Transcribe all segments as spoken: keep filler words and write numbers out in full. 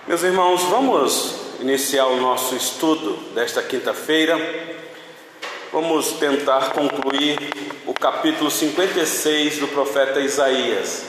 Meus irmãos, vamos iniciar o nosso estudo desta quinta-feira. Vamos tentar concluir o capítulo cinquenta e seis do profeta Isaías.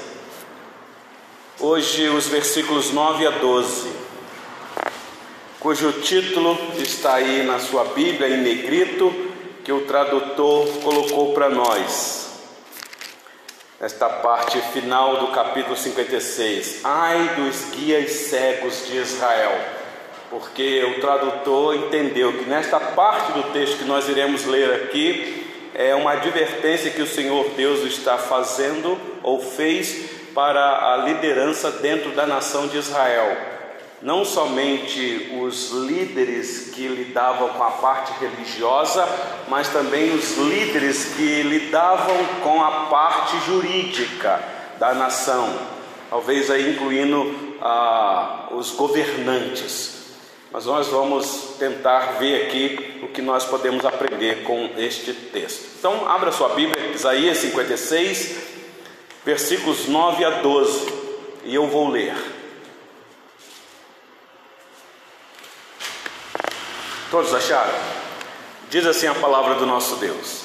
Hoje os versículos nove a doze, cujo título está aí na sua Bíblia em negrito, que o tradutor colocou para nós. Esta parte final do capítulo cinquenta e seis: Ai dos guias cegos de Israel, porque o tradutor entendeu que nesta parte do texto que nós iremos ler aqui é uma advertência que o Senhor Deus está fazendo ou fez para a liderança dentro da nação de Israel. Não somente os líderes que lidavam com a parte religiosa, mas também os líderes que lidavam com a parte jurídica da nação, talvez aí incluindo ah, os governantes. Mas nós vamos tentar ver aqui o que nós podemos aprender com este texto. Então, abra sua Bíblia, Isaías cinquenta e seis, versículos nove a doze, e eu vou ler. Todos acharam? Diz assim a palavra do nosso Deus: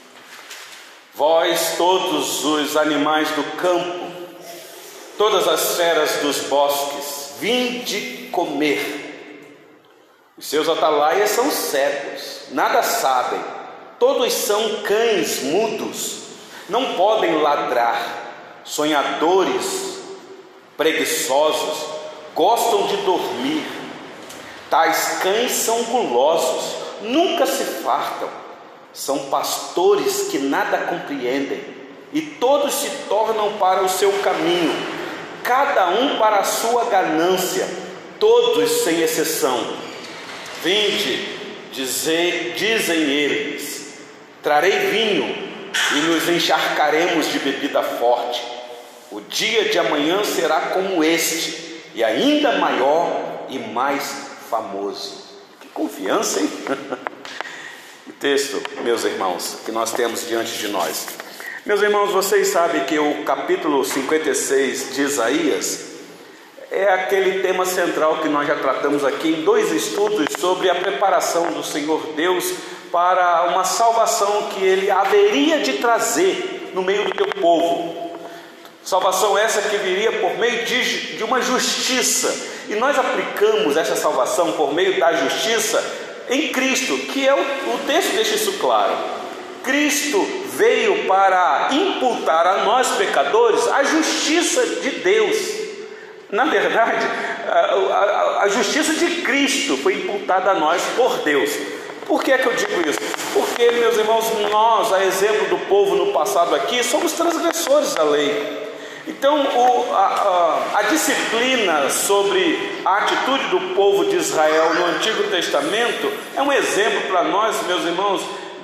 Vós todos os animais do campo, todas as feras dos bosques, vinde comer. Os seus atalaias são cegos, nada sabem, todos são cães mudos, não podem ladrar, sonhadores, preguiçosos, gostam de dormir. Tais cães são gulosos, nunca se fartam, são pastores que nada compreendem, e todos se tornam para o seu caminho, cada um para a sua ganância, todos sem exceção. Vinde, dizer, dizem eles, trarei vinho e nos encharcaremos de bebida forte. O dia de amanhã será como este, e ainda maior e mais famoso. Que confiança, hein? O texto, meus irmãos, que nós temos diante de nós. Meus irmãos, vocês sabem que o capítulo cinquenta e seis de Isaías é aquele tema central que nós já tratamos aqui em dois estudos sobre a preparação do Senhor Deus para uma salvação que Ele haveria de trazer no meio do teu povo. Salvação essa que viria por meio de, de uma justiça. E nós aplicamos essa salvação por meio da justiça em Cristo, que é o, o texto deixa isso claro. Cristo veio para imputar a nós pecadores a justiça de Deus. Na verdade, a, a, a justiça de Cristo foi imputada a nós por Deus. Por que é que eu digo isso? Porque, meus irmãos, nós, a exemplo do povo no passado aqui, somos transgressores da lei. Então o, a, a, a disciplina sobre a atitude do povo de Israel no Antigo Testamento é um exemplo para nós, meus irmãos,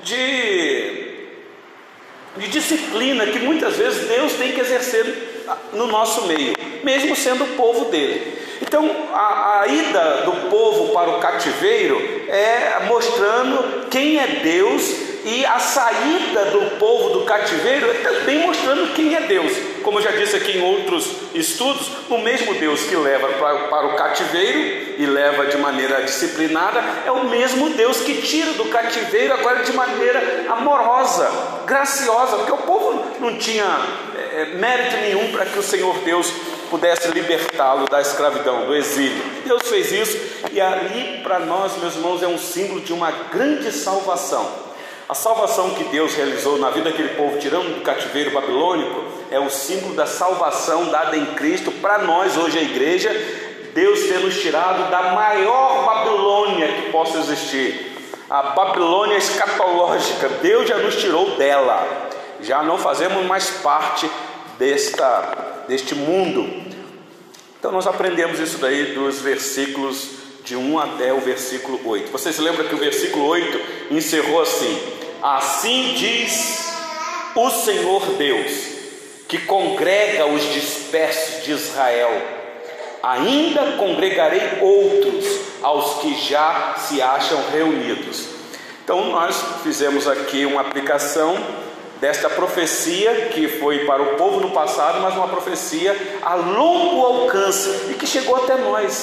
de, de disciplina que muitas vezes Deus tem que exercer no nosso meio, mesmo sendo o povo dele. Então a, a ida do povo para o cativeiro é mostrando quem é Deus, e a saída do povo do cativeiro é também mostrando quem é Deus. Como eu já disse aqui em outros estudos, o mesmo Deus que leva para, para o cativeiro e leva de maneira disciplinada é o mesmo Deus que tira do cativeiro agora de maneira amorosa, graciosa, porque o povo não tinha é, mérito nenhum para que o Senhor Deus pudesse libertá-lo da escravidão, do exílio. Deus fez isso, e ali para nós, meus irmãos, é um símbolo de uma grande salvação. A salvação que Deus realizou na vida daquele povo, tirando do cativeiro babilônico, é o símbolo da salvação dada em Cristo para nós hoje, a igreja. Deus ter nos tirado da maior Babilônia que possa existir, a Babilônia escatológica. Deus já nos tirou dela, já não fazemos mais parte desta, deste mundo. Então nós aprendemos isso daí dos versículos de um até o versículo oito. Vocês lembram que o versículo oito encerrou assim: Assim diz o Senhor Deus, que congrega os dispersos de Israel, ainda congregarei outros aos que já se acham reunidos. Então nós fizemos aqui uma aplicação desta profecia que foi para o povo no passado, mas uma profecia a longo alcance e que chegou até nós.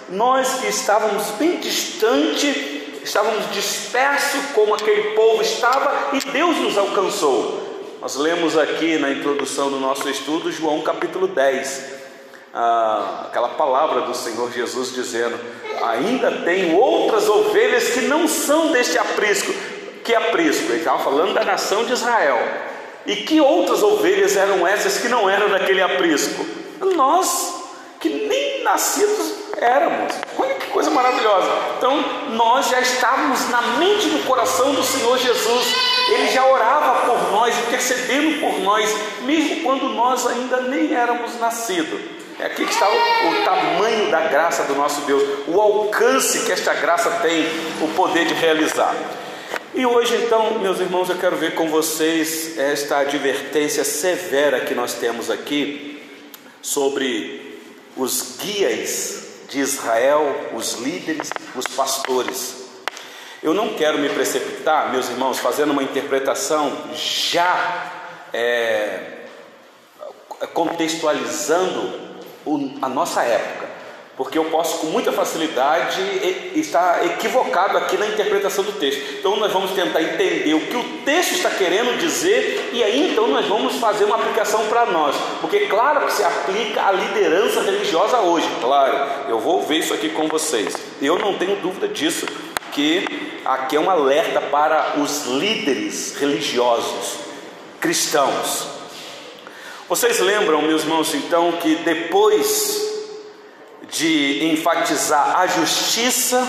nós que estávamos bem distante, estávamos dispersos como aquele povo estava, e Deus nos alcançou. Nós lemos aqui na introdução do nosso estudo, João capítulo dez, ah, aquela palavra do Senhor Jesus dizendo: ainda tem outras ovelhas que não são deste aprisco. Que aprisco? Ele estava falando da nação de Israel. E que outras ovelhas eram essas que não eram daquele aprisco? Nós, que nem nascidos éramos. Olha que coisa maravilhosa. Então nós já estávamos na mente e no coração do Senhor Jesus. Ele já orava por nós, intercedendo por nós, mesmo quando nós ainda nem éramos nascidos. É aqui que está o, o tamanho da graça do nosso Deus, o alcance que esta graça tem, o poder de realizar. E hoje então, meus irmãos, eu quero ver com vocês esta advertência severa que nós temos aqui sobre os guias de Israel, os líderes, os pastores. Eu não quero me precipitar, meus irmãos, fazendo uma interpretação já é, contextualizando o, a nossa época, porque eu posso com muita facilidade estar equivocado aqui na interpretação do texto. Então nós vamos tentar entender o que o texto está querendo dizer, e aí então nós vamos fazer uma aplicação para nós, porque claro que se aplica à liderança religiosa hoje, claro, eu vou ver isso aqui com vocês, eu não tenho dúvida disso, que aqui é um alerta para os líderes religiosos cristãos. Vocês lembram, meus irmãos, então, que depois de enfatizar a justiça,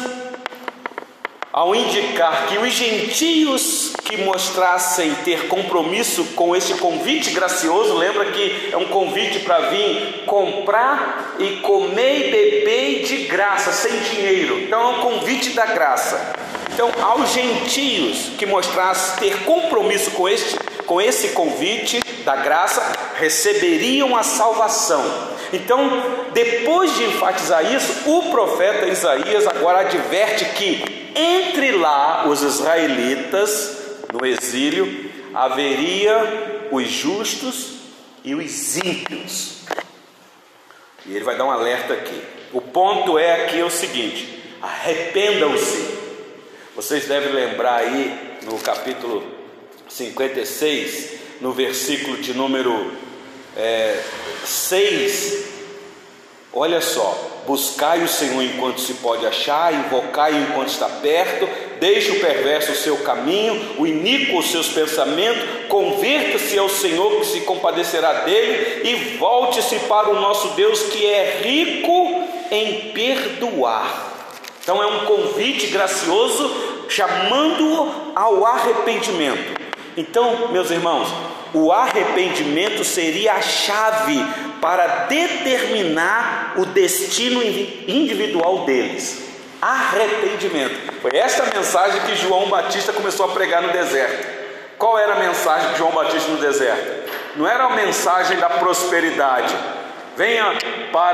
ao indicar que os gentios que mostrassem ter compromisso com esse convite gracioso, lembra que é um convite para vir comprar e comer e beber de graça, sem dinheiro, então é um convite da graça. Então, aos gentios que mostrassem ter compromisso com este, com esse convite da graça, receberiam a salvação. Então, depois de enfatizar isso, o profeta Isaías agora adverte que entre lá os israelitas no exílio haveria os justos e os ímpios. E ele vai dar um alerta aqui. O ponto é aqui é o seguinte: arrependam-se. Vocês devem lembrar aí no capítulo cinquenta e seis, no versículo de número é, seis, olha só: buscai o Senhor enquanto se pode achar, invocai-o enquanto está perto, deixe o perverso o seu caminho, o iníquo os seus pensamentos, converta-se ao Senhor que se compadecerá dele, e volte-se para o nosso Deus que é rico em perdoar. Então é um convite gracioso chamando-o ao arrependimento. Então, meus irmãos, o arrependimento seria a chave para determinar o destino individual deles. Arrependimento. Foi esta mensagem que João Batista começou a pregar no deserto. Qual era a mensagem de João Batista no deserto? Não era a mensagem da prosperidade. Venha para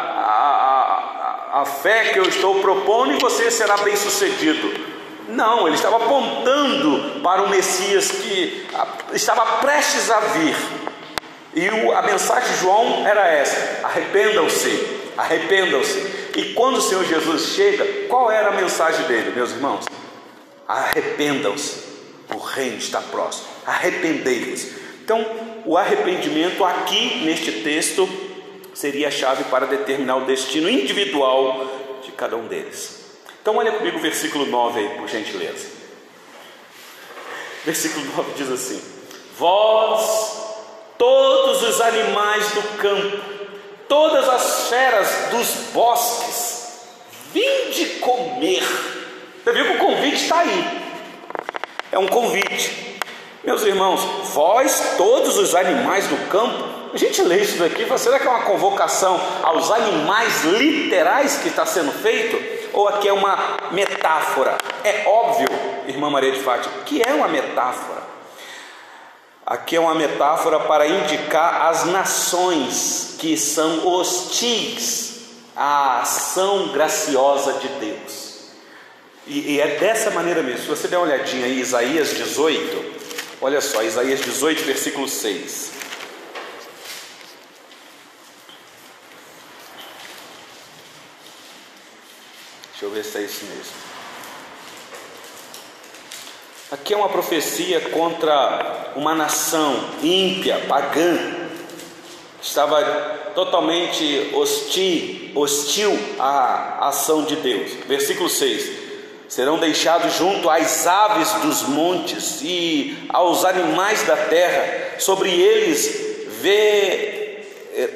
a, a, a fé que eu estou propondo e você será bem sucedido. Não, ele estava apontando para o Messias que estava prestes a vir. E a mensagem de João era essa: arrependam-se, arrependam-se. E quando o Senhor Jesus chega, qual era a mensagem dele, meus irmãos? Arrependam-se, o reino está próximo, arrependei-vos. Então, o arrependimento aqui neste texto seria a chave para determinar o destino individual de cada um deles. Então olha comigo o versículo nove aí, por gentileza. Versículo nove diz assim: vós, todos os animais do campo, todas as feras dos bosques, vinde comer. Você viu que o convite está aí. É um convite. Meus irmãos, vós, todos os animais do campo. A gente lê isso daqui e fala: será que é uma convocação aos animais literais que está sendo feito? Ou aqui é uma metáfora? É óbvio, irmã Maria de Fátima, que é uma metáfora. Aqui é uma metáfora para indicar as nações que são hostis à ação graciosa de Deus. E, e é dessa maneira mesmo. Se você der uma olhadinha aí, Isaías dezoito, olha só, Isaías dezoito, versículo seis. Deixa eu ver se é isso mesmo. Aqui é uma profecia contra uma nação ímpia, pagã, que estava totalmente hostil, hostil à ação de Deus. Versículo seis: serão deixados junto às aves dos montes e aos animais da terra, sobre eles ve,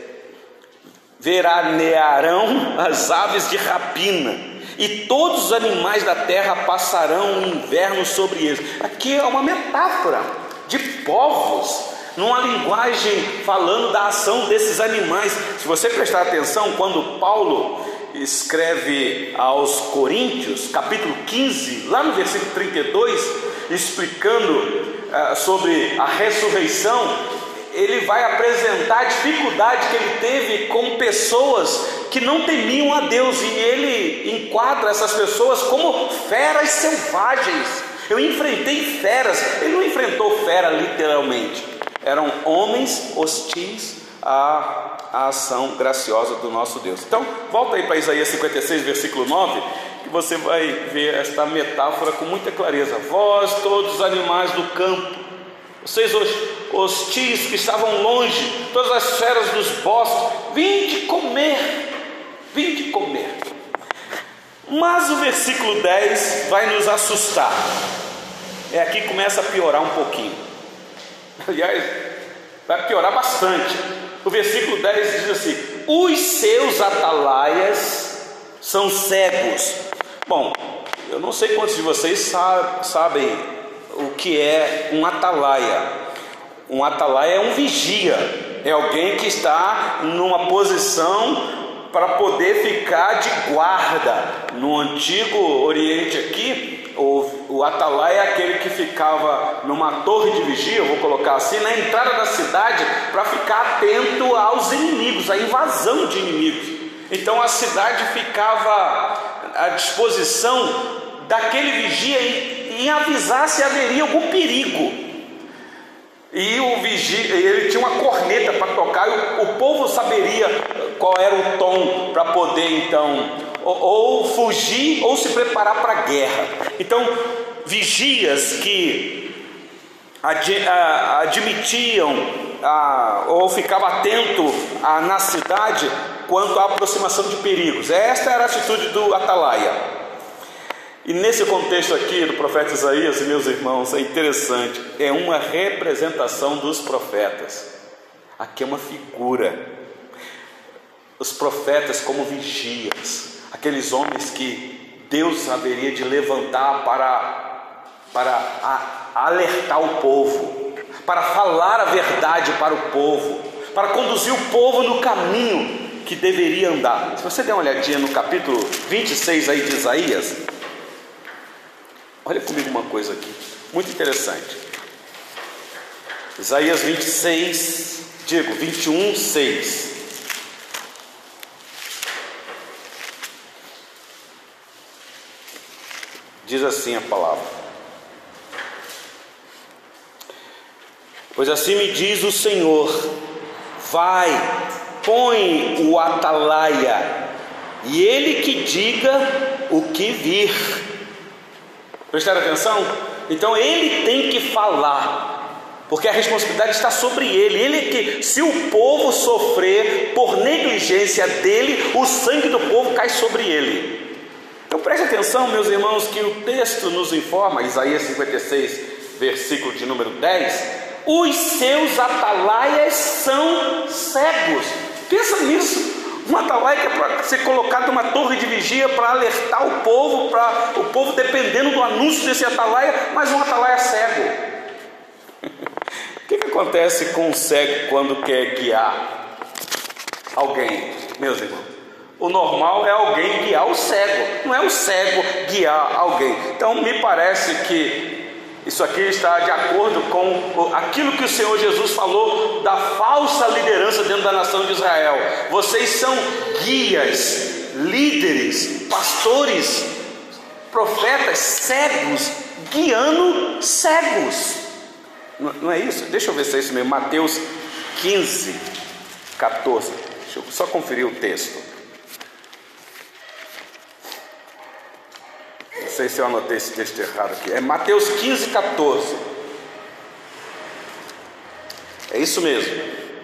veranearão as aves de rapina, e todos os animais da terra passarão o inverno sobre eles. Aqui é uma metáfora de povos, numa linguagem falando da ação desses animais. Se você prestar atenção, quando Paulo escreve aos Coríntios, capítulo quinze, lá no versículo trinta e dois, explicando uh, sobre a ressurreição, ele vai apresentar a dificuldade que ele teve com pessoas que não temiam a Deus, e ele enquadra essas pessoas como feras selvagens. Eu enfrentei feras. Ele não enfrentou fera literalmente, eram homens hostis à, à ação graciosa do nosso Deus. Então volta aí para Isaías cinquenta e seis, versículo nove, que você vai ver esta metáfora com muita clareza. Vós todos os animais do campo, vocês hostis que estavam longe, todas as feras dos bosques, vinde comer, vinde comer. Mas o versículo dez vai nos assustar. É aqui que começa a piorar um pouquinho. Aliás, vai piorar bastante. O versículo dez diz assim: os seus atalaias são cegos. Bom, eu não sei quantos de vocês sa- sabem o que é um atalaia. Um atalaia é um vigia, é alguém que está numa posição para poder ficar de guarda. No antigo Oriente aqui, o, o atalaia é aquele que ficava numa torre de vigia, eu vou colocar assim, na entrada da cidade, para ficar atento aos inimigos, à invasão de inimigos. Então a cidade ficava à disposição daquele vigia em, em avisar se haveria algum perigo. E o vigia, ele tinha uma corneta para tocar, e o, o povo saberia qual era o tom para poder então ou, ou fugir ou se preparar para a guerra. Então vigias que ad, a, admitiam a, ou ficavam atentos a, na cidade quanto à aproximação de perigos. Esta era a atitude do atalaia. E nesse contexto aqui do profeta Isaías, meus irmãos, é interessante, é uma representação dos profetas. Aqui é uma figura. Os profetas como vigias, aqueles homens que Deus haveria de levantar para, para a, alertar o povo, para falar a verdade para o povo, para conduzir o povo no caminho que deveria andar. Se você der uma olhadinha no capítulo vinte e seis aí de Isaías, olha comigo uma coisa aqui, muito interessante. Isaías vinte e seis, digo, vinte e um, seis. Diz assim a palavra: pois assim me diz o Senhor, vai, põe o atalaia, e ele que diga o que vir. Prestaram atenção? Então ele tem que falar, porque a responsabilidade está sobre ele. Ele que, se o povo sofrer por negligência dele, o sangue do povo cai sobre ele. Então preste atenção, meus irmãos, que o texto nos informa, Isaías cinquenta e seis, versículo de número dez: os seus atalaias são cegos. Pensa nisso. Um atalaia que é para ser colocado numa torre de vigia para alertar o povo, para o povo dependendo do anúncio desse atalaia, mas um atalaia cego. O que, que acontece com um cego quando quer guiar alguém, meus irmãos? O normal é alguém guiar o cego, não é o cego guiar alguém. Então me parece que isso aqui está de acordo com aquilo que o Senhor Jesus falou da falsa liderança dentro da nação de Israel. Vocês são guias, líderes, pastores, profetas cegos, guiando cegos. Não é isso? Deixa eu ver se é isso mesmo. Mateus quinze, catorze. Deixa eu só conferir o texto. sei se eu anotei esse texto errado aqui. É Mateus quinze, quatorze. É isso mesmo.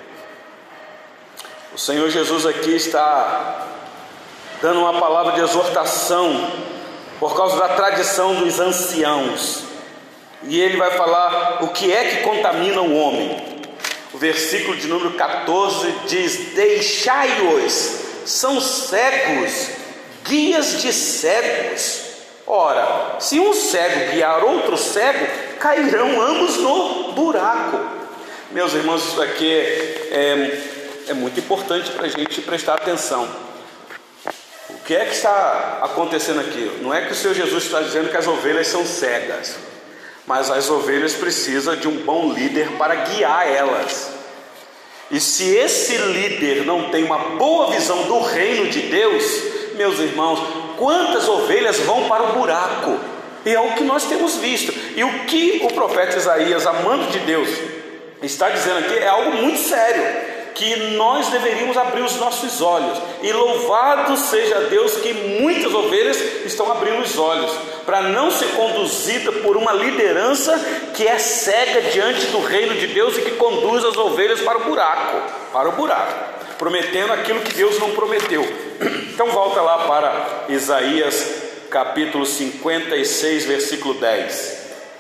O Senhor Jesus aqui está dando uma palavra de exortação por causa da tradição dos anciãos. E ele vai falar o que é que contamina o homem. O versículo de número quatorze diz: deixai-os, são cegos, guias de cegos. Ora, se um cego guiar outro cego, cairão ambos no buraco. Meus irmãos, isso aqui é, é muito importante para a gente prestar atenção. O que é que está acontecendo aqui? Não é que o Senhor Jesus está dizendo que as ovelhas são cegas, mas as ovelhas precisam de um bom líder para guiar elas. E se esse líder não tem uma boa visão do reino de Deus, meus irmãos, quantas ovelhas vão para o buraco? E é o que nós temos visto. E o que o profeta Isaías, amando de Deus, está dizendo aqui é algo muito sério, que nós deveríamos abrir os nossos olhos. E louvado seja Deus que muitas ovelhas estão abrindo os olhos, para não ser conduzida por uma liderança que é cega diante do reino de Deus e que conduz as ovelhas para o buraco, para o buraco, prometendo aquilo que Deus não prometeu. Então volta lá para Isaías capítulo cinquenta e seis, versículo dez.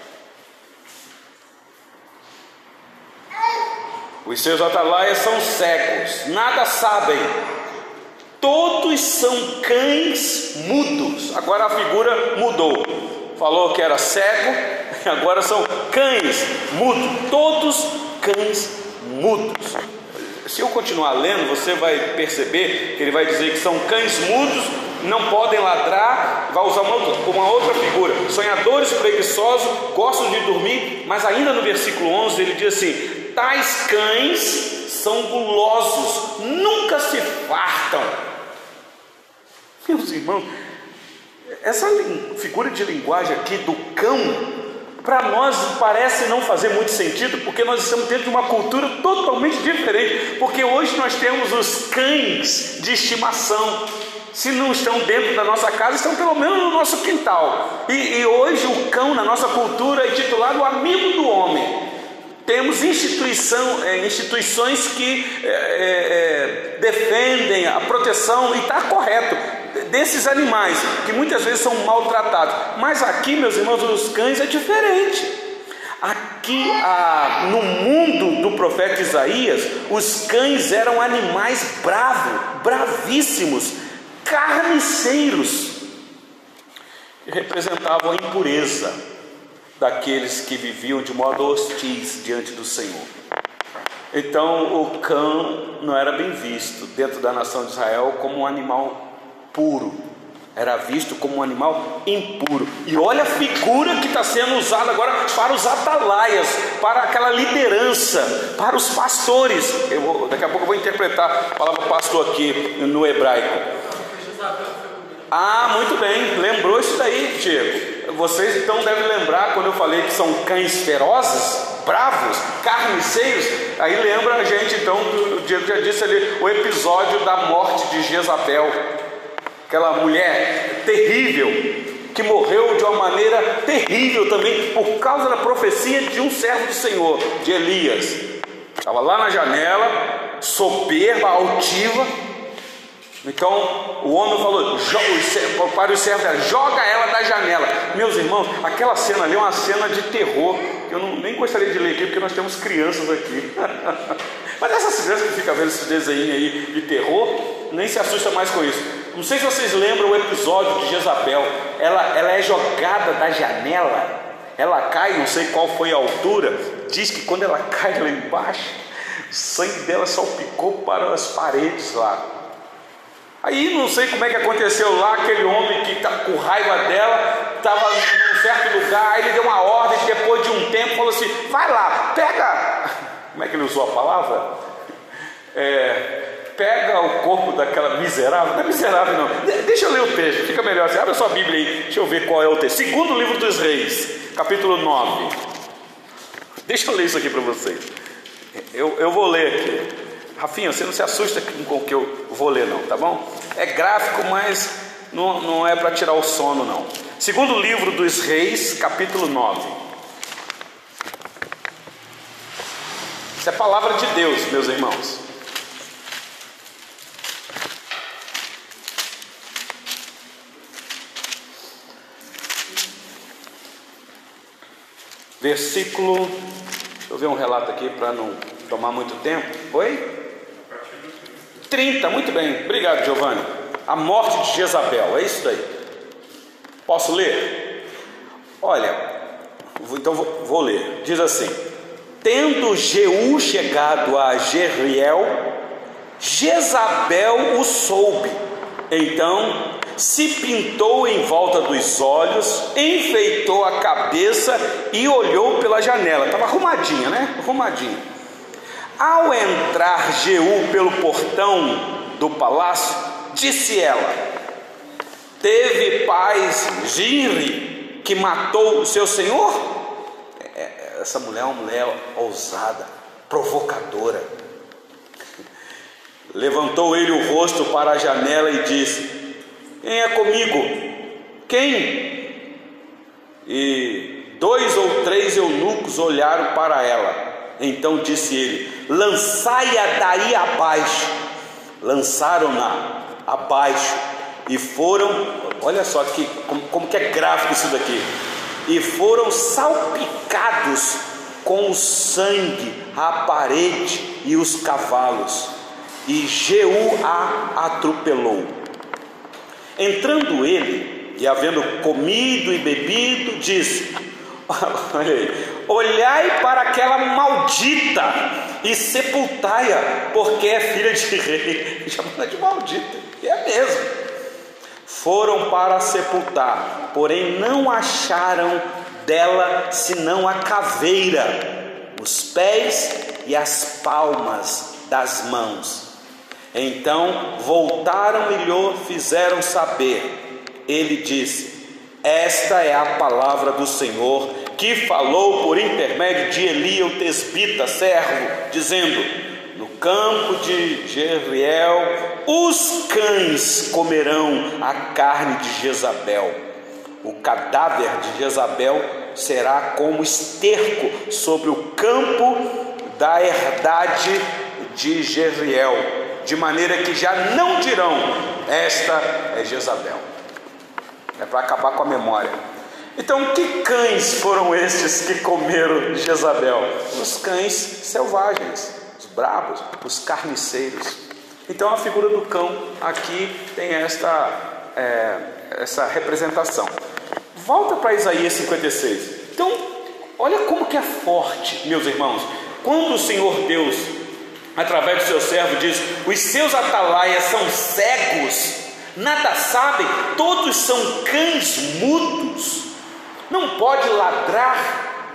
Os seus atalaias são cegos, nada sabem, todos são cães mudos. Agora a figura mudou, falou que era cego, agora são cães mudos, todos cães mudos. Se eu continuar lendo, você vai perceber que ele vai dizer que são cães mudos, não podem ladrar, vai usar uma outra, uma outra figura, sonhadores preguiçosos, gostam de dormir. Mas ainda no versículo onze ele diz assim: tais cães são gulosos, nunca se fartam. Meus irmãos, essa figura de linguagem aqui do cão, para nós parece não fazer muito sentido, porque nós estamos dentro de uma cultura totalmente diferente. Porque hoje nós temos os cães de estimação. Se não estão dentro da nossa casa, estão pelo menos no nosso quintal. E, e hoje o cão na nossa cultura é titulado o amigo do homem. Temos instituição, é, instituições que é, é, defendem a proteção, e está correto, desses animais que muitas vezes são maltratados. Mas aqui, meus irmãos, os cães é diferente. Aqui a, no mundo do profeta Isaías, os cães eram animais bravos, bravíssimos, carniceiros, que representavam a impureza daqueles que viviam de modo hostis diante do Senhor. Então o cão não era bem visto dentro da nação de Israel como um animal puro, era visto como um animal impuro. E olha a figura que está sendo usada agora para os atalaias, para aquela liderança, para os pastores. Eu vou, daqui a pouco eu vou interpretar a palavra pastor aqui no hebraico. Ah, muito bem, lembrou isso daí, Diego. Vocês então devem lembrar quando eu falei que são cães ferozes, bravos, carniceiros. Aí lembra a gente então, o Diego já disse ali, o episódio da morte de Jezabel, aquela mulher terrível, que morreu de uma maneira terrível também, por causa da profecia de um servo do Senhor, de Elias. Estava lá na janela, soberba, altiva. Então o homem falou para o servo: joga ela da janela. Meus irmãos, aquela cena ali é uma cena de terror, que eu não, nem gostaria de ler aqui, porque nós temos crianças aqui. Mas essas crianças que ficam vendo esses desenhos aí de terror, nem se assusta mais com isso. Não sei se vocês lembram o episódio de Jezabel. Ela, ela é jogada da janela, ela cai, não sei qual foi a altura. Diz que quando ela cai lá embaixo, o sangue dela salpicou para as paredes lá. Aí não sei como é que aconteceu lá, aquele homem que estava com raiva dela, estava em um certo lugar, aí ele deu uma ordem, depois de um tempo falou assim: vai lá, pega, como é que ele usou a palavra? É, pega o corpo daquela miserável, não é miserável não, de, deixa eu ler o texto, fica melhor assim, abre a sua Bíblia aí, deixa eu ver qual é o texto. Segundo livro dos Reis, capítulo nove, deixa eu ler isso aqui para vocês, eu, eu vou ler aqui. Rafinha, você não se assusta com o que eu vou ler não, tá bom? É gráfico, mas não, não é para tirar o sono não. Segundo livro dos Reis, capítulo nove. Isso é palavra de Deus, meus irmãos. Versículo, deixa eu ver um relato aqui para não tomar muito tempo. Oi? trinta, muito bem, obrigado, Giovanni. A morte de Jezabel, é isso daí. Posso ler? Olha, então vou, vou ler. Diz assim: tendo Jeú chegado a Jezreel, Jezabel o soube. Então se pintou em volta dos olhos, enfeitou a cabeça e olhou pela janela. Estava arrumadinha, né? Arrumadinha. Ao entrar Jeú pelo portão do palácio, disse ela: teve paz Zimri, que matou o seu senhor? Essa mulher é uma mulher ousada, provocadora. Levantou ele o rosto para a janela e disse: quem é comigo? Quem? E dois ou três eunucos olharam para ela. Então disse ele: lançai-a daí abaixo. Lançaram-na abaixo e foram, olha só que, como, como que é gráfico isso daqui, e foram salpicados com o sangue a parede e os cavalos, e Jeú a atropelou. Entrando ele, e havendo comido e bebido, disse: olha aí, olhai para aquela maldita e sepultai-a, porque é filha de rei. Chamando de maldita, e é mesmo. Foram para sepultar, porém não acharam dela senão a caveira, os pés e as palmas das mãos. Então voltaram e lhe fizeram saber. Ele disse: esta é a palavra do Senhor, que falou por intermédio de Elia o tesbita, servo, dizendo: no campo de Jezreel os cães comerão a carne de Jezabel. O cadáver de Jezabel será como esterco sobre o campo da herdade de Jezreel, de maneira que já não dirão: esta é Jezabel. É para acabar com a memória. Então, que cães foram estes que comeram Jezabel? Os cães selvagens, os bravos, os carniceiros. Então, a figura do cão aqui tem esta, é, essa representação. Volta para Isaías cinquenta e seis. Então, olha como que é forte, meus irmãos, quando o Senhor Deus, através do seu servo, diz: os seus atalaias são cegos, nada sabem, todos são cães mudos, não pode ladrar.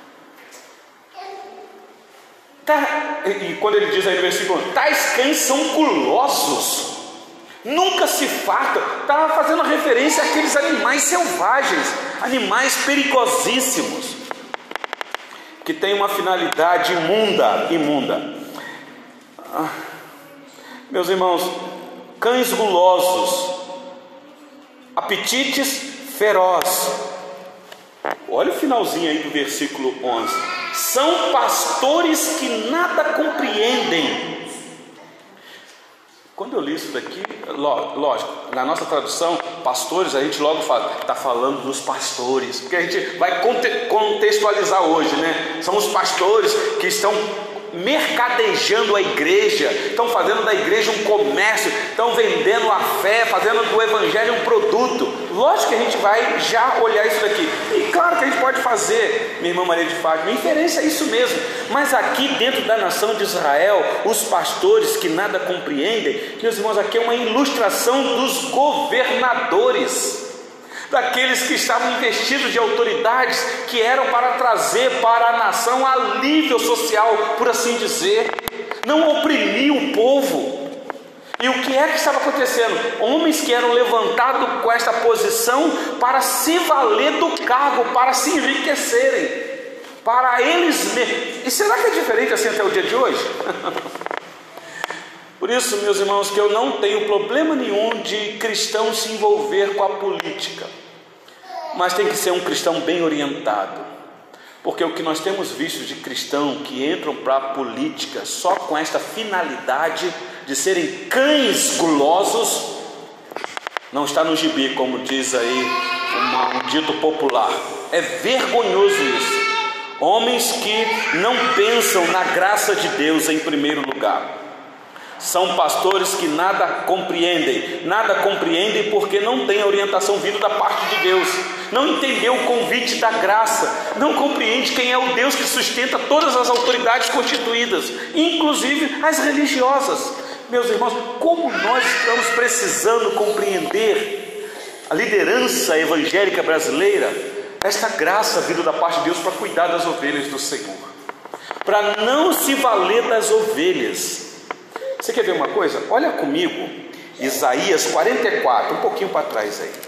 Tá, e quando ele diz aí no versículo: tais cães são gulosos, nunca se fartam, estava fazendo referência àqueles animais selvagens, animais perigosíssimos, que têm uma finalidade imunda, imunda. Ah, meus irmãos, cães gulosos, apetites ferozes. Olha o finalzinho aí do versículo onze: são pastores que nada compreendem. Quando eu li isso daqui, lógico, na nossa tradução, pastores, a gente logo fala, está falando dos pastores, porque a gente vai contextualizar hoje, né? São os pastores que estão mercadejando a igreja, estão fazendo da igreja um comércio, estão vendendo a fé, fazendo do evangelho um produto. Lógico que a gente vai já olhar isso daqui, e claro que a gente pode fazer, minha irmã Maria de Fátima, inferência a isso mesmo. Mas aqui dentro da nação de Israel, os pastores que nada compreendem, meus irmãos, aqui é uma ilustração dos governadores, daqueles que estavam investidos de autoridades, que eram para trazer para a nação alívio social, por assim dizer, não oprimir o povo. E o que é que estava acontecendo? Homens que eram levantados com esta posição para se valer do cargo, para se enriquecerem, para eles mesmos. E será que é diferente assim até o dia de hoje? Por isso, meus irmãos, que eu não tenho problema nenhum de cristão se envolver com a política. mas tem que ser um cristão bem orientado, porque o que nós temos visto de cristão que entram para a política só com esta finalidade de serem cães gulosos, não está no gibi, como diz aí uma, um dito popular. É vergonhoso isso. Homens que não pensam na graça de Deus em primeiro lugar. São pastores que nada compreendem, nada compreendem porque não tem orientação vindo da parte de Deus, não entendeu o convite da graça, não compreende quem é o Deus que sustenta todas as autoridades constituídas, inclusive as religiosas. Meus irmãos, como nós estamos precisando compreender a liderança evangélica brasileira, esta graça vindo da parte de Deus para cuidar das ovelhas do Senhor, para não se valer das ovelhas. Você quer ver uma coisa? Olha comigo Isaías quarenta e quatro, um pouquinho para trás aí,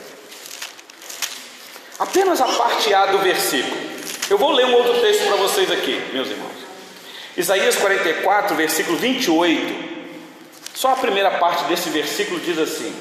apenas a parte A do versículo. Eu vou ler um outro texto para vocês aqui, meus irmãos. Isaías quarenta e quatro, versículo vinte e oito. Só a primeira parte desse versículo diz assim,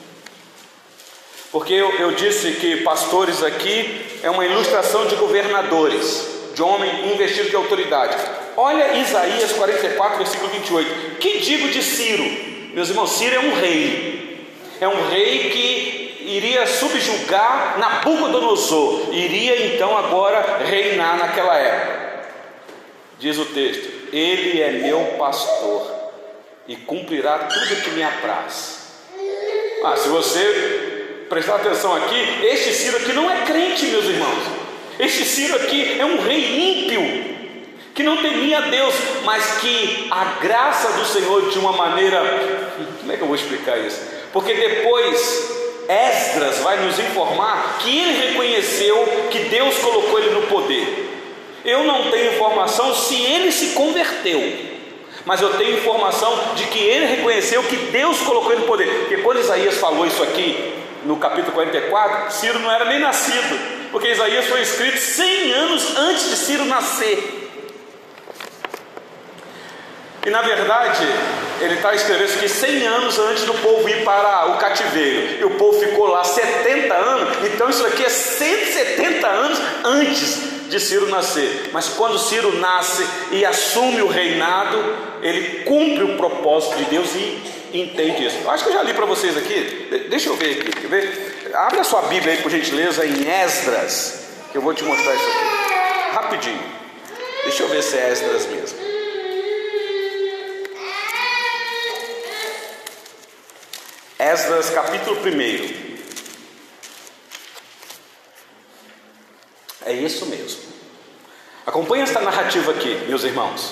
porque eu, eu disse que pastores aqui é uma ilustração de governadores, de homem investido de autoridade. Olha Isaías quarenta e quatro, versículo vinte e oito. Que digo de Ciro? Meus irmãos, Ciro é um rei, é um rei que iria subjugar Nabucodonosor, iria então agora reinar naquela época. Diz o texto: ele é meu pastor e cumprirá tudo que me apraz. Ah, se você prestar atenção aqui, este Ciro aqui não é crente, meus irmãos. Este Ciro aqui é um rei ímpio, que não temia a Deus, mas que a graça do Senhor de uma maneira... Como é que eu vou explicar isso? Porque depois Esdras vai nos informar que ele reconheceu que Deus colocou ele no poder. Eu não tenho informação se ele se converteu, mas eu tenho informação de que ele reconheceu que Deus colocou ele no poder. Porque quando Isaías falou isso aqui, no capítulo quarenta e quatro, Ciro não era nem nascido, porque Isaías foi escrito cem anos antes de Ciro nascer. E na verdade, ele está escrevendo que cem anos antes do povo ir para o cativeiro, e o povo ficou lá setenta anos, então isso aqui é cento e setenta anos antes de Ciro nascer. Mas quando Ciro nasce e assume o reinado, ele cumpre o propósito de Deus e entende isso. Eu acho que eu já li para vocês aqui, deixa eu ver aqui, quer ver? Abre a sua Bíblia aí, por gentileza, em Esdras, que eu vou te mostrar isso aqui, rapidinho. Deixa eu ver se é Esdras mesmo. Esdras capítulo um. É isso mesmo. Acompanhe esta narrativa aqui, meus irmãos.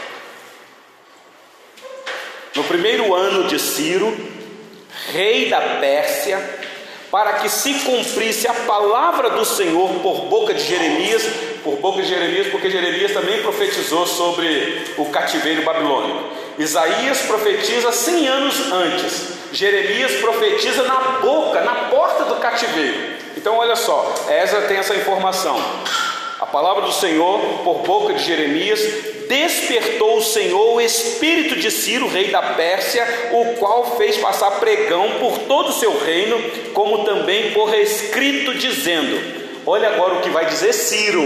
No primeiro ano de Ciro, rei da Pérsia, para que se cumprisse a palavra do Senhor por boca de Jeremias, por boca de Jeremias, porque Jeremias também profetizou sobre o cativeiro babilônico. Isaías profetiza cem anos antes, Jeremias profetiza na boca, na porta do cativeiro. Então olha só, Esdras tem essa informação. A palavra do Senhor por boca de Jeremias: despertou o Senhor o espírito de Ciro, rei da Pérsia, o qual fez passar pregão por todo o seu reino, como também por escrito, dizendo... Olha agora o que vai dizer Ciro.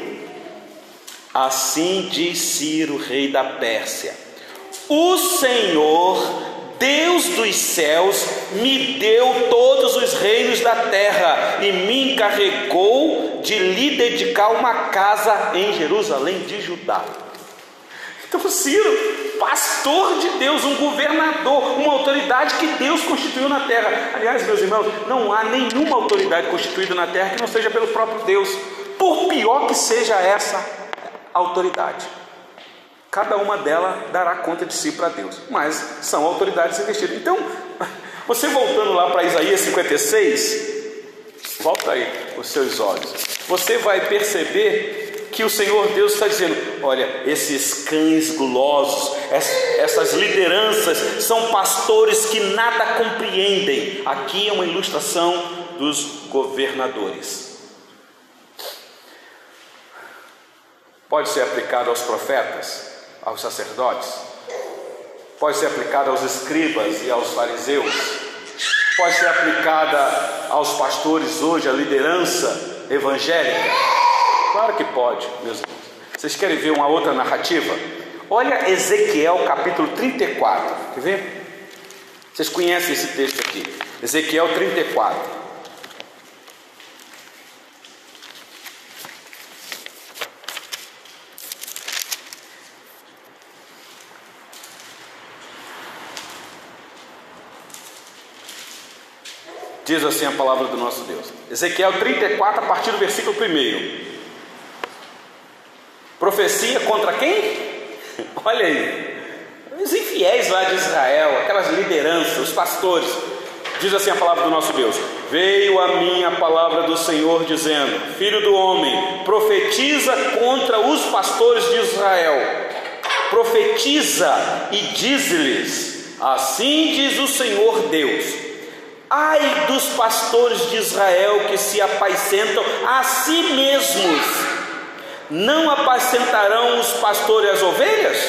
Assim diz Ciro, rei da Pérsia: o Senhor, Deus dos céus, me deu todos os reinos da terra e me encarregou de lhe dedicar uma casa em Jerusalém de Judá. Então Ciro, pastor de Deus, um governador, uma autoridade que Deus constituiu na terra. Aliás, meus irmãos, não há nenhuma autoridade constituída na terra que não seja pelo próprio Deus, por pior que seja essa autoridade. Cada uma delas dará conta de si para Deus, mas são autoridades investidas. Então, você voltando lá para Isaías cinquenta e seis, volta aí os seus olhos, você vai perceber que o Senhor Deus está dizendo: olha, esses cães gulosos, essas lideranças, são pastores que nada compreendem. Aqui é uma ilustração dos governadores. Pode ser aplicado aos profetas, aos sacerdotes, pode ser aplicado aos escribas e aos fariseus, pode ser aplicada aos pastores hoje, a liderança evangélica? Claro que pode, meus irmãos. Vocês querem ver uma outra narrativa? Olha Ezequiel capítulo trinta e quatro, quer ver? Vocês conhecem esse texto aqui, Ezequiel trinta e quatro. Diz assim a palavra do nosso Deus. Ezequiel trinta e quatro, a partir do versículo primeiro. Profecia contra quem? Olha aí, os infiéis lá de Israel, aquelas lideranças, os pastores. Diz assim a palavra do nosso Deus: veio a mim a palavra do Senhor dizendo: filho do homem, profetiza contra os pastores de Israel. Profetiza e diz-lhes: assim diz o Senhor Deus: ai dos pastores de Israel que se apacentam a si mesmos. Não apacentarão os pastores as ovelhas?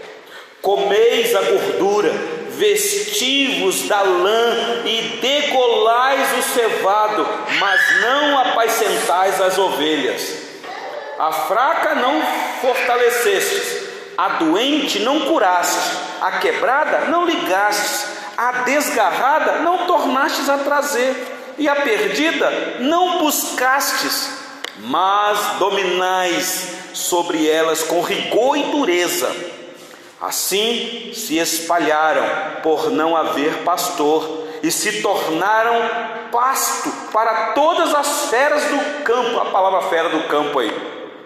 Comeis a gordura, vestivos da lã e degolais o cevado, mas não apacentais as ovelhas. A fraca não fortalecestes, a doente não curaste, a quebrada não ligastes, a desgarrada não tornastes a trazer, e a perdida não buscastes, mas dominais sobre elas com rigor e dureza. Assim se espalharam por não haver pastor, e se tornaram pasto para todas as feras do campo. A palavra fera do campo aí.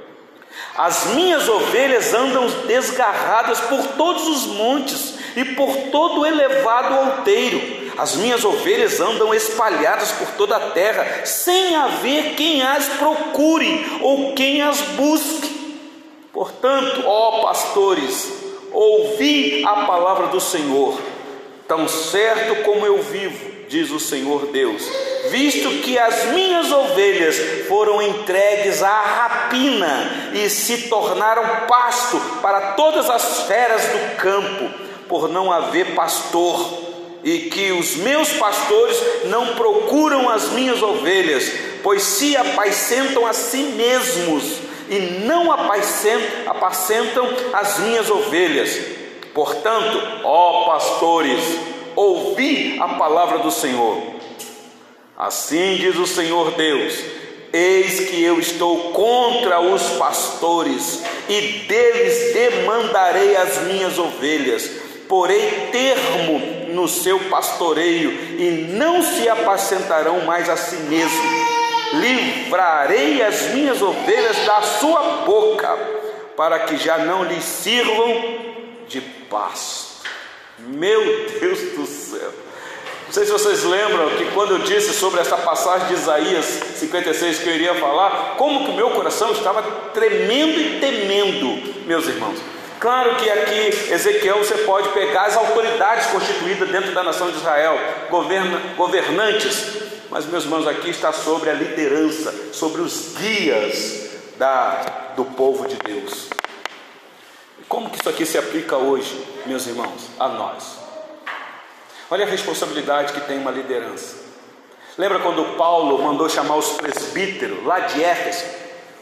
As minhas ovelhas andam desgarradas por todos os montes e por todo o elevado outeiro. As minhas ovelhas andam espalhadas por toda a terra, sem haver quem as procure ou quem as busque. Portanto, ó pastores, ouvi a palavra do Senhor. Tão certo como eu vivo, diz o Senhor Deus, visto que as minhas ovelhas foram entregues à rapina e se tornaram pasto para todas as feras do campo, por não haver pastor, e que os meus pastores não procuram as minhas ovelhas, pois se apacentam a si mesmos e não apacentam, apacentam as minhas ovelhas. Portanto, ó pastores, ouvi a palavra do Senhor. Assim diz o Senhor Deus: eis que eu estou contra os pastores, e deles demandarei as minhas ovelhas. Porei termo no seu pastoreio, e não se apacentarão mais a si mesmos. Livrarei as minhas ovelhas da sua boca, para que já não lhes sirvam de pasto. Meu Deus do céu! Não sei se vocês lembram que quando eu disse sobre essa passagem de Isaías cinquenta e seis que eu iria falar, como que o meu coração estava tremendo e temendo, meus irmãos. Claro que aqui, Ezequiel, você pode pegar as autoridades constituídas dentro da nação de Israel, governa, governantes, mas, meus irmãos, aqui está sobre a liderança, sobre os guias da, do povo de Deus. Como que isso aqui se aplica hoje, meus irmãos, a nós? Olha a responsabilidade que tem uma liderança. Lembra quando Paulo mandou chamar os presbíteros lá de Éfeso?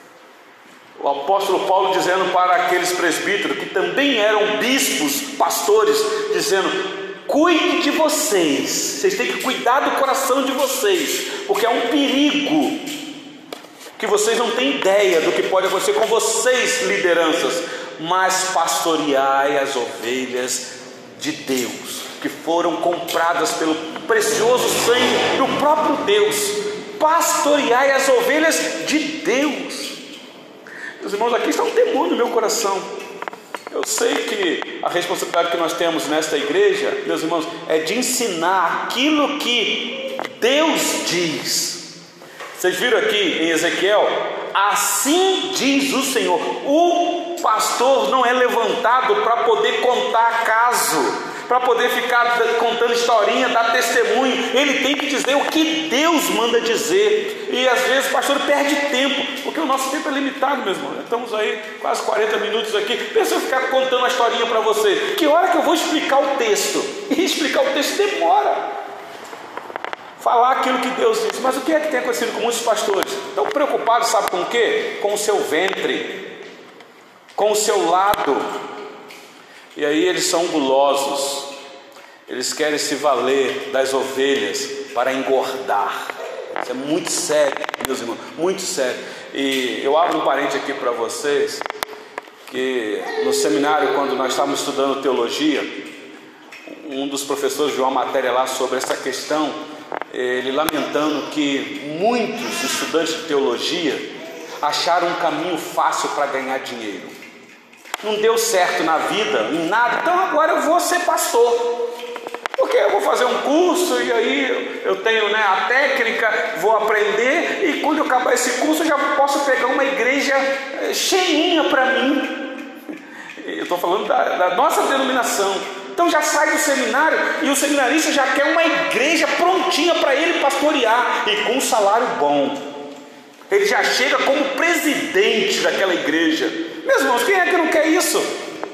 O apóstolo Paulo dizendo para aqueles presbíteros, que também eram bispos, pastores, dizendo: cuide de vocês, vocês têm que cuidar do coração de vocês, porque é um perigo, que vocês não têm ideia do que pode acontecer com vocês, lideranças, mas pastoreai as ovelhas de Deus, que foram compradas pelo precioso sangue do próprio Deus. Pastoreai as ovelhas de Deus. Meus irmãos, aqui está um temor no meu coração. Eu sei que a responsabilidade que nós temos nesta igreja, meus irmãos, é de ensinar aquilo que Deus diz. Vocês viram aqui em Ezequiel? Assim diz o Senhor. O pastor não é levantado para poder contar caso, para poder ficar contando historinha, dar testemunho. Ele tem que dizer o que Deus manda dizer. E às vezes o pastor perde tempo, porque o nosso tempo é limitado, meus irmãos. Estamos aí quase quarenta minutos aqui. Pensa eu ficar contando uma historinha para vocês. Que hora que eu vou explicar o texto? E explicar o texto demora. falar aquilo que Deus diz. Mas o que é que tem acontecido com muitos pastores? Estão preocupados, sabe com o quê? Com o seu ventre, com o seu lado. E aí eles são gulosos, eles querem se valer das ovelhas para engordar. Isso é muito sério, meus irmãos, muito sério. E eu abro um parênteses aqui para vocês, que no seminário, quando nós estávamos estudando teologia, um dos professores viu uma matéria lá sobre essa questão, ele lamentando que muitos estudantes de teologia acharam um caminho fácil para ganhar dinheiro. Não deu certo na vida, em nada, então agora eu vou ser pastor. Porque eu vou fazer um curso e aí eu tenho, né, a técnica, vou aprender, e quando eu acabar esse curso eu já posso pegar uma igreja cheinha para mim. Eu estou falando da, da nossa denominação. Então já sai do seminário e o seminarista já quer uma igreja prontinha para ele pastorear e com um salário bom. Ele já chega como presidente daquela igreja. Meus irmãos, quem é que não quer isso?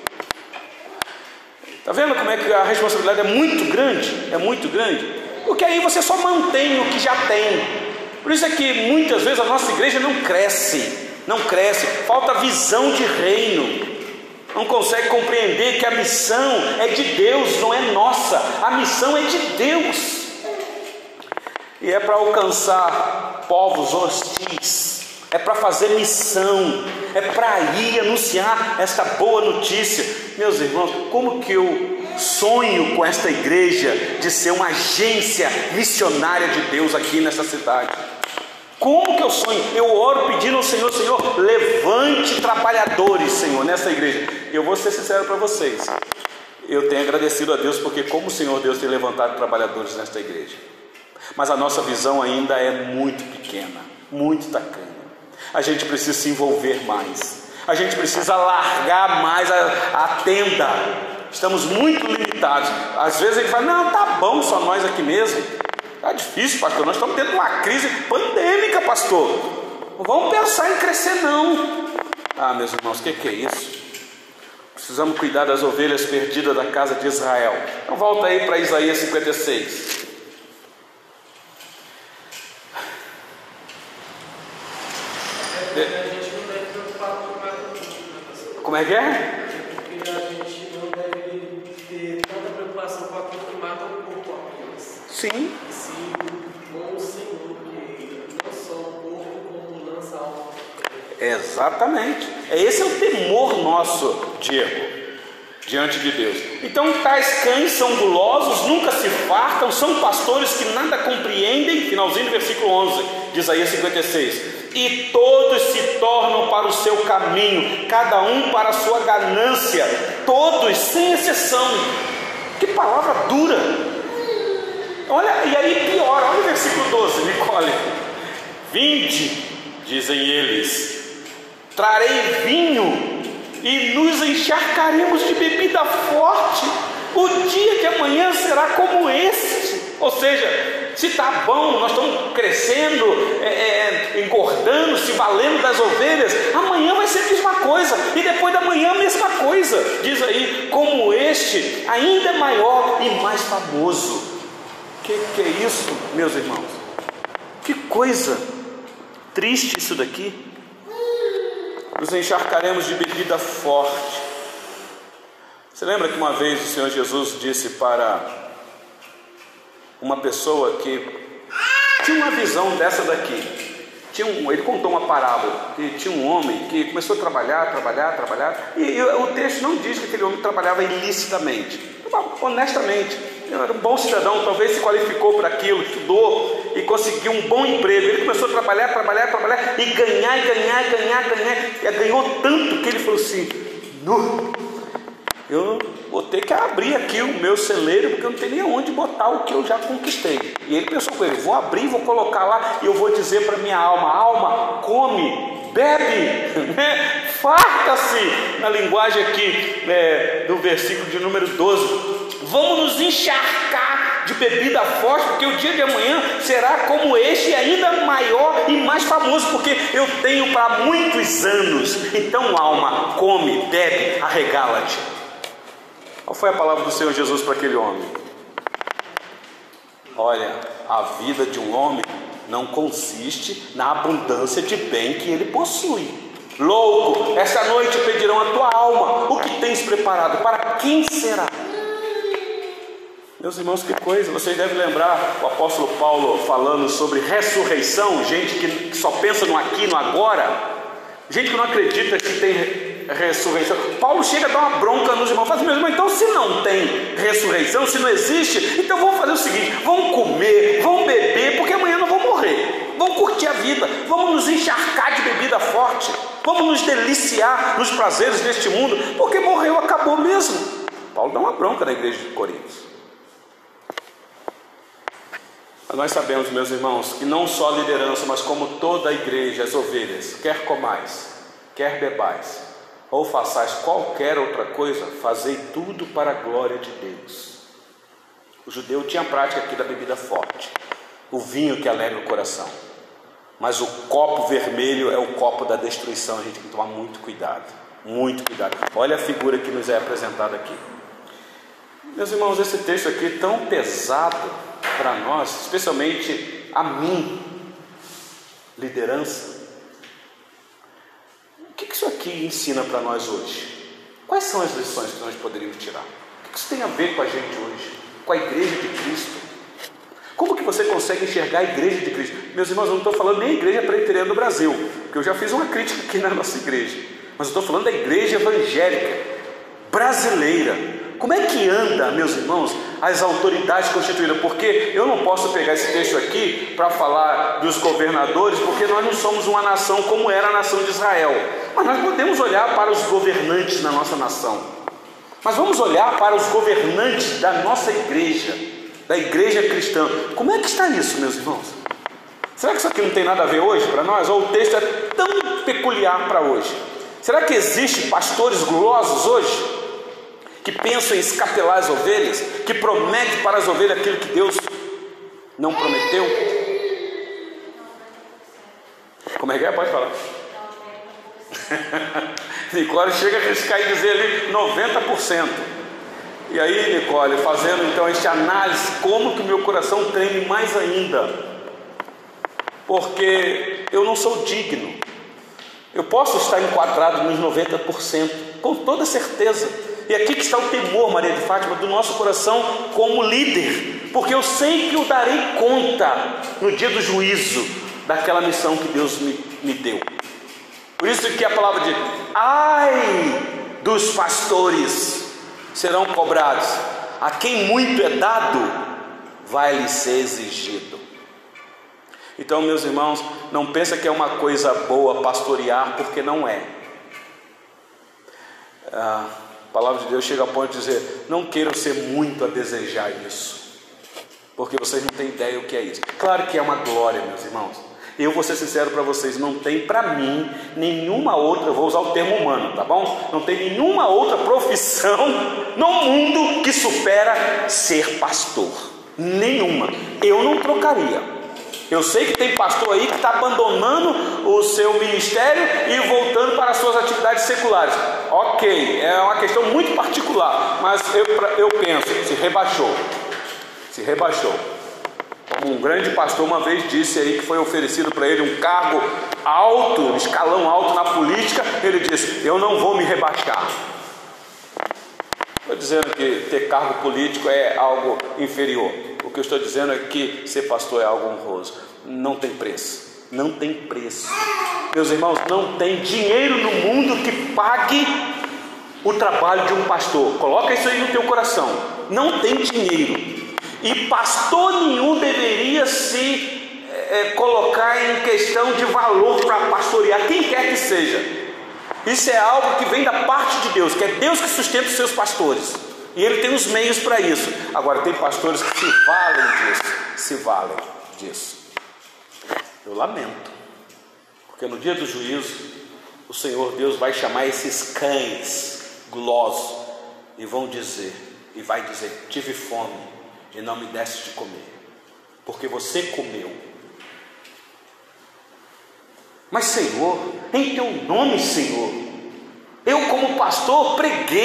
Está vendo como é que a responsabilidade é muito grande? É muito grande. Porque aí você só mantém o que já tem. Por isso é que muitas vezes a nossa igreja não cresce. Não cresce. Falta visão de reino. Não consegue compreender que a missão é de Deus, não é nossa. A missão é de Deus. E é para alcançar povos hostis. É para fazer missão, é para ir anunciar esta boa notícia. Meus irmãos, como que eu sonho com esta igreja de ser uma agência missionária de Deus aqui nessa cidade. Como que eu sonho? Eu oro pedindo ao Senhor, Senhor, levante trabalhadores, Senhor, nessa igreja. Eu vou ser sincero para vocês, eu tenho agradecido a Deus, porque como o Senhor Deus tem levantado trabalhadores nesta igreja. Mas a nossa visão ainda é muito pequena, muito tacanha. A gente precisa se envolver mais, a gente precisa largar mais a, a tenda. Estamos muito limitados. Às vezes ele fala, não, tá bom, só nós aqui mesmo. Tá difícil, pastor, nós estamos tendo uma crise pandêmica, pastor. Não vamos pensar em crescer, não. Ah, meus irmãos, o que, que é isso? Precisamos cuidar das ovelhas perdidas da casa de Israel. Então volta aí para Isaías cinquenta e seis. Como é que é? Porque a gente não deve ter tanta preocupação com aquilo que mata o corpo apenas. Sim. Sim, com o Senhor, que não só o corpo, como lança algo. Exatamente. Esse é o temor nosso, Diego, diante de Deus. Então, tais cães são gulosos, nunca se fartam, são pastores que nada compreendem. Finalzinho do versículo onze de Isaías cinquenta e seis. E todos se tornam para o seu caminho, cada um para a sua ganância, todos, sem exceção. Que palavra dura! Olha, e aí piora, olha o versículo doze, Nicole. Vinde, dizem eles, trarei vinho e nos encharcaremos de bebida forte. O dia de amanhã será como este. Ou seja, se está bom, nós estamos crescendo, é, é, engordando, se valendo das ovelhas, amanhã vai ser a mesma coisa, e depois da manhã a mesma coisa. Diz aí, como este, ainda maior e mais famoso. Que que é isso, meus irmãos? Que coisa triste isso daqui. Nos encharcaremos de bebida forte. Você lembra que uma vez o Senhor Jesus disse para uma pessoa que tinha uma visão dessa daqui? Tinha um, ele contou uma parábola, que tinha um homem que começou a trabalhar, trabalhar, trabalhar, e, e o texto não diz que aquele homem trabalhava ilicitamente, honestamente. Ele era um bom cidadão, talvez se qualificou para aquilo, estudou e conseguiu um bom emprego. Ele começou a trabalhar, trabalhar, trabalhar e ganhar, e ganhar, e ganhar, ganhar. E ganhou tanto que ele falou assim: no, eu vou ter que abrir aqui o meu celeiro, porque eu não tenho nem onde botar o que eu já conquistei. E ele pensou com ele: vou abrir, vou colocar lá e eu vou dizer para minha alma: alma, come, bebe, né? Farta-se, na linguagem aqui, né, do versículo de número doze. Vamos nos encharcar de bebida forte, porque o dia de amanhã será como este, ainda maior e mais famoso, porque eu tenho para muitos anos. Então, alma, come, bebe, arregala-te. Qual foi a palavra do Senhor Jesus para aquele homem? Olha, a vida de um homem não consiste na abundância de bem que ele possui. Louco, esta noite pedirão a tua alma. O que tens preparado? Para quem será? Meus irmãos, que coisa. Vocês devem lembrar o apóstolo Paulo falando sobre ressurreição. Gente que só pensa no aqui, no agora. Gente que não acredita que tem ressurreição. Paulo chega a dar uma bronca nos irmãos. Fala assim, meu irmão, então se não tem ressurreição, se não existe, então vamos fazer o seguinte: vamos comer, vamos beber, porque amanhã não vamos morrer. Vamos curtir a vida, vamos nos encharcar de bebida forte, vamos nos deliciar nos prazeres deste mundo, porque morreu, acabou mesmo. Paulo dá uma bronca na igreja de Coríntios. Nós sabemos, meus irmãos, que não só a liderança, mas como toda a igreja, as ovelhas, quer comais, quer bebais, ou façais qualquer outra coisa, fazei tudo para a glória de Deus. O judeu tinha a prática aqui da bebida forte, o vinho que alegra o coração, mas o copo vermelho é o copo da destruição. A gente tem que tomar muito cuidado, muito cuidado. Olha a figura que nos é apresentada aqui. Meus irmãos, esse texto aqui é tão pesado para nós, especialmente a mim, liderança. O que isso aqui ensina para nós hoje? Quais são as lições que nós poderíamos tirar? O que isso tem a ver com a gente hoje, com a igreja de Cristo? Como que você consegue enxergar a igreja de Cristo? Meus irmãos, eu não estou falando nem a igreja presbiteriana do Brasil, porque eu já fiz uma crítica aqui na nossa igreja, mas eu estou falando da igreja evangélica brasileira. Como é que anda, meus irmãos, as autoridades constituídas? Porque eu não posso pegar esse texto aqui para falar dos governadores, porque nós não somos uma nação como era a nação de Israel. Mas nós podemos olhar para os governantes da nossa nação. Mas vamos olhar para os governantes da nossa igreja, da igreja cristã. Como é que está isso, meus irmãos? Será que isso aqui não tem nada a ver hoje para nós? Ou o texto é tão peculiar para hoje? Será que existem pastores gulosos hoje, que pensam em escapelar as ovelhas, que prometem para as ovelhas aquilo que Deus não prometeu? Como é que é? Pode falar. Nicole chega a arriscar e dizer ali noventa por cento. E aí, Nicole, fazendo então esta análise, como que o meu coração treme mais ainda? Porque eu não sou digno. Eu posso estar enquadrado nos noventa por cento, com toda certeza. E aqui que está o temor, Maria de Fátima, do nosso coração como líder, porque eu sei que eu darei conta no dia do juízo daquela missão que Deus me, me deu. Por isso que a palavra diz: ai dos pastores, serão cobrados, a quem muito é dado, vai lhe ser exigido. Então, meus irmãos, não pensa que é uma coisa boa pastorear, porque não é. Ah, a palavra de Deus chega a ponto de dizer: não queiram ser muito a desejar isso, porque vocês não têm ideia o que é isso. Claro que é uma glória, meus irmãos. Eu vou ser sincero para vocês, não tem para mim nenhuma outra, vou usar o termo humano, tá bom? Não tem nenhuma outra profissão no mundo que supera ser pastor. Nenhuma. Eu não trocaria. Eu sei que tem pastor aí que está abandonando o seu ministério e voltando para as suas atividades seculares. Ok, é uma questão muito particular, mas eu, eu penso, se rebaixou. Se rebaixou. Um grande pastor uma vez disse aí que foi oferecido para ele um cargo alto, um escalão alto na política. Ele disse: eu não vou me rebaixar. Estou dizendo que ter cargo político é algo inferior. O que eu estou dizendo é que ser pastor é algo honroso. Não tem preço. Não tem preço. Meus irmãos, não tem dinheiro no mundo que pague o trabalho de um pastor. Coloca isso aí no teu coração. Não tem dinheiro. E pastor nenhum deveria se é, colocar em questão de valor para pastorear, quem quer que seja. Isso é algo que vem da parte de Deus, que é Deus que sustenta os seus pastores, e Ele tem os meios para isso. Agora, tem pastores que se valem disso, se valem disso. Eu lamento, porque no dia do juízo, o Senhor Deus vai chamar esses cães gulosos, e vão dizer, e vai dizer: tive fome e não me deste de comer, porque você comeu. Mas Senhor, em teu nome, Senhor, eu como pastor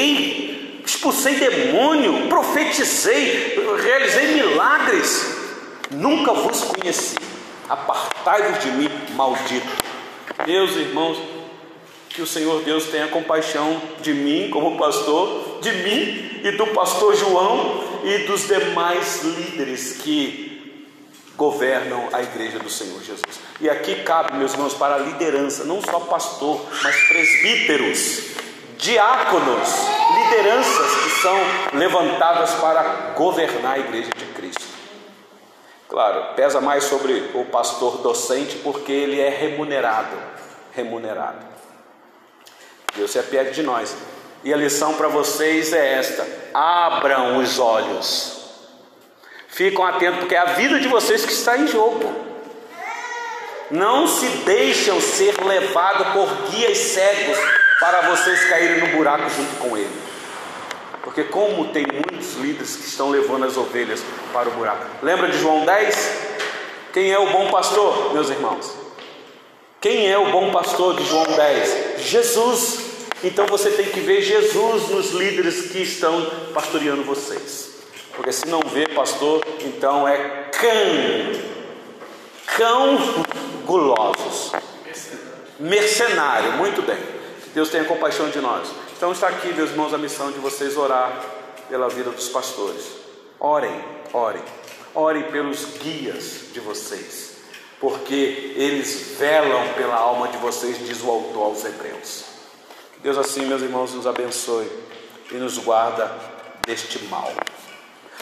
preguei, expulsei demônio, profetizei, realizei milagres. nunca vos conheci, apartai-vos de mim, maldito. Meus irmãos, que o Senhor Deus tenha compaixão de mim como pastor, de mim e do pastor João e dos demais líderes que governam a igreja do Senhor Jesus. E aqui cabe, meus irmãos, para a liderança, não só pastor, mas presbíteros, diáconos, lideranças que são levantadas para governar a igreja de Cristo. Claro, pesa mais sobre o pastor docente, porque ele é remunerado, remunerado. Deus se apiede de nós. E a lição para vocês é esta: abram os olhos, ficam atentos, porque é a vida de vocês que está em jogo. Não se deixam ser levados por guias cegos para vocês caírem no buraco junto com ele, porque como tem muitos líderes que estão levando as ovelhas para o buraco. Lembra de João dez? Quem é o bom pastor, meus irmãos? Quem é o bom pastor de João dez? Jesus. Então você tem que ver Jesus nos líderes que estão pastoreando vocês, porque se não vê pastor, então é cão, cão gulosos, mercenário. Muito bem, que Deus tenha compaixão de nós. Então está aqui, meus irmãos, a missão de vocês orar pela vida dos pastores. Orem, orem, orem pelos guias de vocês, porque eles velam pela alma de vocês, diz o autor aos Hebreus. Que Deus assim, meus irmãos, nos abençoe e nos guarda deste mal.